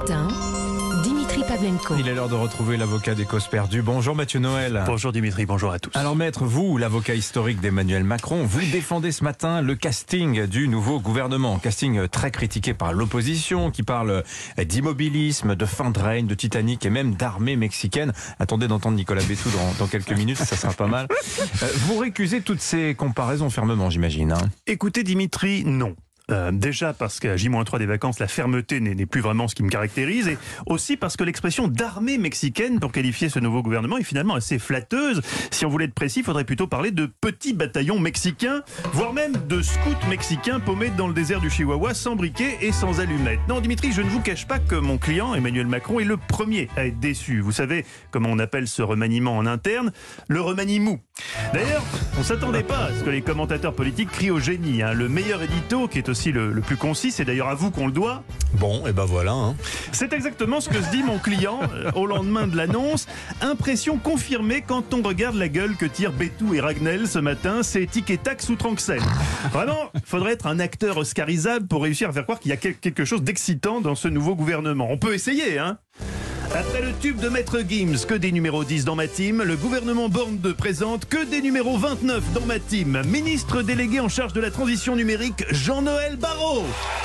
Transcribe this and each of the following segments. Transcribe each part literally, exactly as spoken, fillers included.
matin, Dimitri Pavlenko. Il est l'heure de retrouver l'avocat des causes perdues. Bonjour Mathieu Noël. Bonjour Dimitri, bonjour à tous. Alors maître, vous, l'avocat historique d'Emmanuel Macron, vous défendez ce matin le casting du nouveau gouvernement. Casting très critiqué par l'opposition, qui parle d'immobilisme, de fin de règne, de Titanic et même d'armée mexicaine. Attendez d'entendre Nicolas Bétou dans, dans quelques minutes, ça sera pas mal. Vous récusez toutes ces comparaisons fermement, j'imagine. Hein. Écoutez Dimitri, non. Euh, déjà parce qu'à J moins trois des vacances, la fermeté n'est plus vraiment ce qui me caractérise, et aussi parce que l'expression d'armée mexicaine pour qualifier ce nouveau gouvernement est finalement assez flatteuse. Si on voulait être précis, il faudrait plutôt parler de petits bataillons mexicains, voire même de scouts mexicains paumés dans le désert du Chihuahua sans briquet et sans allumettes. Non Dimitri, je ne vous cache pas que mon client, Emmanuel Macron, est le premier à être déçu. Vous savez comment on appelle ce remaniement en interne? Le remaniemou. D'ailleurs, on ne s'attendait pas à ce que les commentateurs politiques crient au génie. Hein. Le meilleur édito, qui est aussi le, le plus concis, c'est d'ailleurs à vous qu'on le doit. Bon, et ben voilà. Hein. C'est exactement ce que se dit mon client euh, au lendemain de l'annonce. Impression confirmée quand on regarde la gueule que tirent Bétou et Ragnel ce matin. C'est tic et tac sous Tranxène. Vraiment, il faudrait être un acteur oscarisable pour réussir à faire croire qu'il y a quelque chose d'excitant dans ce nouveau gouvernement. On peut essayer, hein. Après le tube de Maître Gims, que des numéros dix dans ma team, le gouvernement Borne deux présente que des numéros vingt-neuf dans ma team. Ministre délégué en charge de la transition numérique, Jean-Noël Barrot.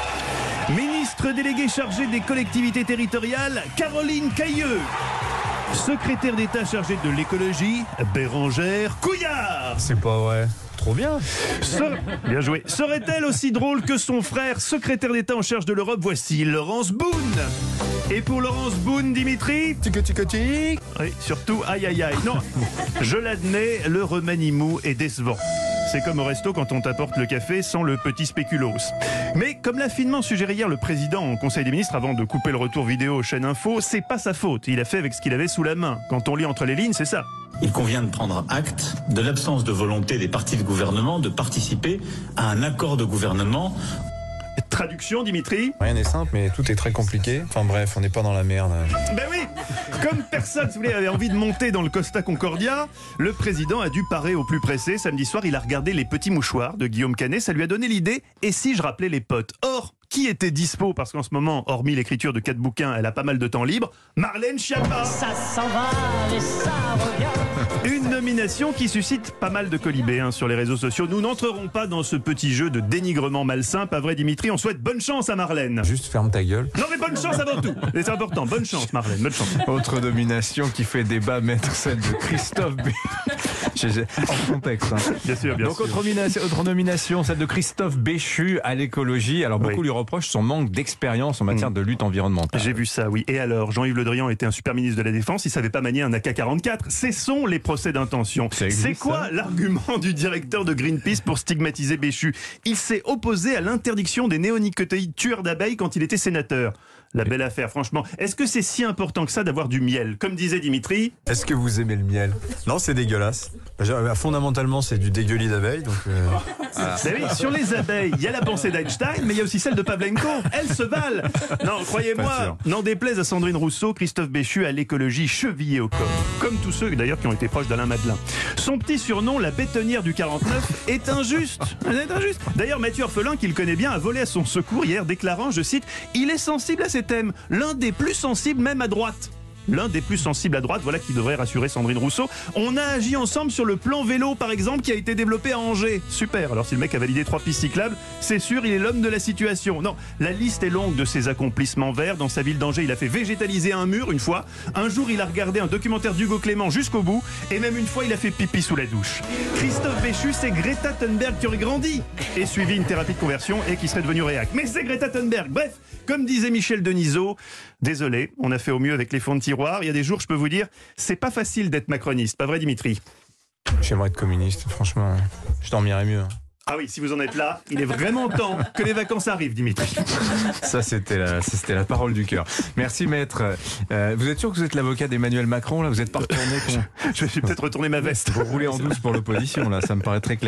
Ministre délégué chargé des collectivités territoriales, Caroline Cailleux. Secrétaire d'État chargé de l'écologie, Bérangère Couillard. C'est pas vrai. Trop bien. Ser... Bien joué. Serait-elle aussi drôle que son frère, secrétaire d'État en charge de l'Europe? Voici Laurence Boone. Et pour Laurence Boone, Dimitri, tic tic tic. Oui, surtout, aïe aïe aïe. Non, je l'admets, le remaniemou est décevant. C'est comme au resto quand on t'apporte le café sans le petit spéculoos. Mais comme l'a finement suggéré hier le président en Conseil des ministres avant de couper le retour vidéo aux chaînes info, c'est pas sa faute. Il a fait avec ce qu'il avait sous la main. Quand on lit entre les lignes, c'est ça. Il convient de prendre acte de l'absence de volonté des partis de gouvernement de participer à un accord de gouvernement. Traduction, Dimitri? Rien n'est simple, mais tout est très compliqué. Enfin bref, on n'est pas dans la merde. Ben oui. Comme personne, si vous voulez, avait envie de monter dans le Costa Concordia, le président a dû parer au plus pressé. Samedi soir, il a regardé Les Petits Mouchoirs de Guillaume Canet. Ça lui a donné l'idée. Et si je rappelais les potes? Or, qui était dispo? Parce qu'en ce moment, hormis l'écriture de quatre bouquins, elle a pas mal de temps libre. Marlène Schiappa. Ça s'en va et ça revient. Une nomination qui suscite pas mal de colibés hein, sur les réseaux sociaux. Nous n'entrerons pas dans ce petit jeu de dénigrement malsain. Pas vrai, Dimitri? On souhaite bonne chance à Marlène. Juste ferme ta gueule. Non mais bonne chance avant tout. Et c'est important. Bonne chance, Marlène. Bonne chance. Autre nomination qui fait débat, maître, celle de Christophe B. En contexte. Hein. Bien sûr, bien Donc, sûr. autre nomination, autre nomination, celle de Christophe Béchu à l'écologie. Alors, beaucoup Oui. lui reprochent son manque d'expérience en matière mmh. de lutte environnementale. J'ai vu ça, oui. Et alors, Jean-Yves Le Drian était un super ministre de la Défense, il savait pas manier un A K quarante-quatre. Cessons les procès d'intention. C'est quoi l'argument du directeur de Greenpeace pour stigmatiser Béchu? Il s'est opposé à l'interdiction des néonicotinoïdes tueurs d'abeilles quand il était sénateur. La belle affaire, franchement. Est-ce que c'est si important que ça d'avoir du miel? Comme disait Dimitri. Est-ce que vous aimez le miel? Non, c'est dégueulasse. Fondamentalement, c'est du dégueulis d'abeilles. Donc euh... voilà. Oui, sur les abeilles, il y a la pensée d'Einstein, mais il y a aussi celle de Pavlenko. Elles se valent. Non, croyez-moi, n'en déplaise à Sandrine Rousseau, Christophe Béchu à l'écologie chevillée au corps. Comme tous ceux d'ailleurs qui ont été proches d'Alain Madelin. Son petit surnom, la bétonnière du quarante-neuf, est injuste. est injuste. D'ailleurs, Mathieu Orphelin, qui le connaît bien, a volé à son secours hier, déclarant, je cite, il est sensible à ces thèmes, l'un des plus sensibles même à droite. L'un des plus sensibles à droite, voilà qui devrait rassurer Sandrine Rousseau. On a agi ensemble sur le plan vélo, par exemple, qui a été développé à Angers. Super, alors si le mec a validé trois pistes cyclables, c'est sûr, il est l'homme de la situation. Non, la liste est longue de ses accomplissements verts. Dans sa ville d'Angers, il a fait végétaliser un mur une fois. Un jour, il a regardé un documentaire d'Hugo Clément jusqu'au bout. Et même une fois, il a fait pipi sous la douche. Christophe Béchu, c'est Greta Thunberg qui aurait grandi et suivi une thérapie de conversion et qui serait devenu réac. Mais c'est Greta Thunberg. Bref, comme disait Michel Denisot, désolé, on a fait au mieux avec les fonds de tiroir. Il y a des jours, je peux vous dire, c'est pas facile d'être macroniste, pas vrai Dimitri? J'aimerais être communiste, franchement, je dormirais mieux. Ah oui, si vous en êtes là, il est vraiment temps que les vacances arrivent, Dimitri. Ça, c'était la, c'était la parole du cœur. Merci, maître. Euh, vous êtes sûr que vous êtes l'avocat d'Emmanuel Macron, là? Vous n'êtes pas retourné? Je, je vais peut-être retourner ma veste. Vous roulez en douce pour l'opposition, là, ça me paraît très clair.